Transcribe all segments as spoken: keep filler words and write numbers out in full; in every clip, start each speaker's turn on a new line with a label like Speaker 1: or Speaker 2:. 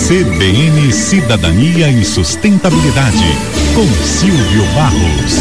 Speaker 1: C B N Cidadania e Sustentabilidade, com Silvio Barros.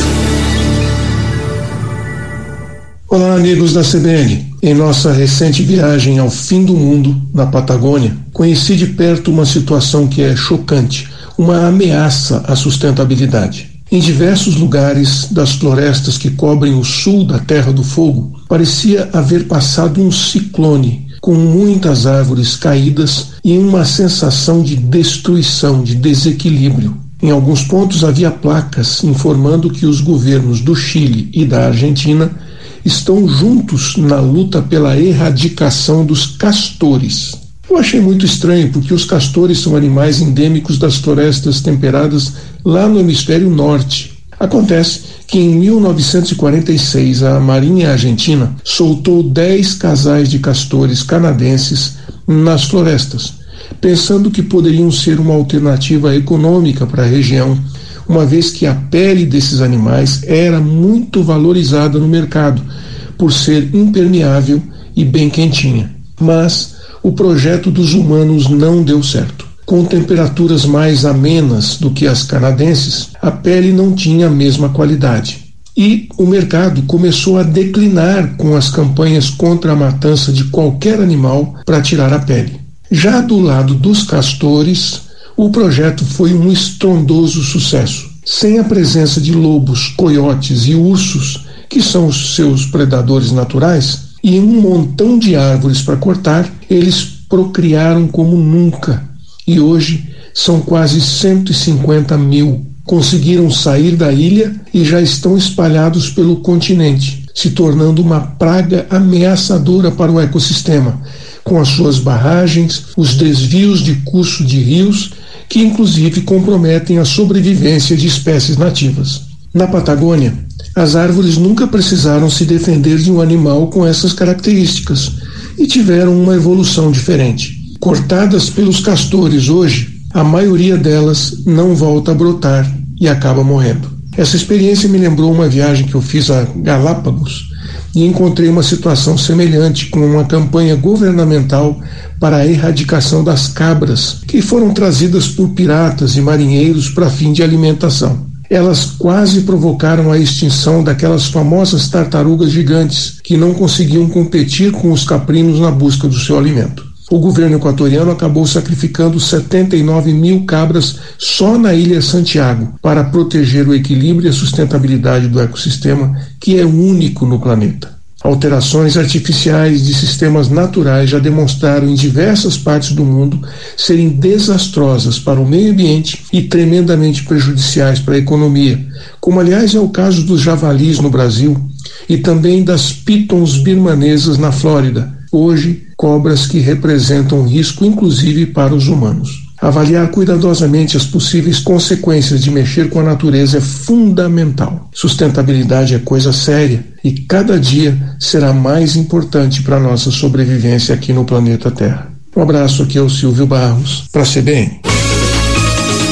Speaker 2: Olá, amigos da C B N. Em nossa recente viagem ao fim do mundo, na Patagônia, conheci de perto uma situação que é chocante, uma ameaça à sustentabilidade. Em diversos lugares das florestas que cobrem o sul da Terra do Fogo, parecia haver passado um ciclone, com muitas árvores caídas e uma sensação de destruição, de desequilíbrio. Em alguns pontos havia placas informando que os governos do Chile e da Argentina estão juntos na luta pela erradicação dos castores. Eu achei muito estranho, porque os castores são animais endêmicos das florestas temperadas lá no hemisfério norte. Acontece que em mil novecentos e quarenta e seis a Marinha Argentina soltou dez casais de castores canadenses nas florestas, pensando que poderiam ser uma alternativa econômica para a região, uma vez que a pele desses animais era muito valorizada no mercado, por ser impermeável e bem quentinha. Mas o projeto dos humanos não deu certo. Com temperaturas mais amenas do que as canadenses, a pele não tinha a mesma qualidade. E o mercado começou a declinar com as campanhas contra a matança de qualquer animal para tirar a pele. Já do lado dos castores, o projeto foi um estrondoso sucesso. Sem a presença de lobos, coiotes e ursos, que são os seus predadores naturais, e um montão de árvores para cortar, eles procriaram como nunca. E hoje são quase cento e cinquenta mil. Conseguiram sair da ilha e já estão espalhados pelo continente, se tornando uma praga ameaçadora para o ecossistema, com as suas barragens, os desvios de curso de rios, que inclusive comprometem a sobrevivência de espécies nativas. Na Patagônia, as árvores nunca precisaram se defender de um animal com essas características e tiveram uma evolução diferente. Cortadas pelos castores hoje, a maioria delas não volta a brotar e acaba morrendo. Essa experiência me lembrou uma viagem que eu fiz a Galápagos e encontrei uma situação semelhante com uma campanha governamental para a erradicação das cabras, que foram trazidas por piratas e marinheiros para fim de alimentação. Elas quase provocaram a extinção daquelas famosas tartarugas gigantes que não conseguiam competir com os caprinos na busca do seu alimento. O governo equatoriano acabou sacrificando setenta e nove mil cabras só na Ilha Santiago para proteger o equilíbrio e a sustentabilidade do ecossistema, que é único no planeta. Alterações artificiais de sistemas naturais já demonstraram em diversas partes do mundo serem desastrosas para o meio ambiente e tremendamente prejudiciais para a economia, como aliás é o caso dos javalis no Brasil e também das pitons birmanesas na Flórida, hoje cobras que representam risco inclusive para os humanos. Avaliar cuidadosamente as possíveis consequências de mexer com a natureza é fundamental. Sustentabilidade é coisa séria e cada dia será mais importante para a nossa sobrevivência aqui no planeta Terra. Um abraço, aqui é o Silvio Barros, para a C B N.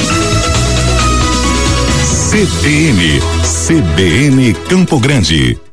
Speaker 1: C B N, C B N Campo Grande.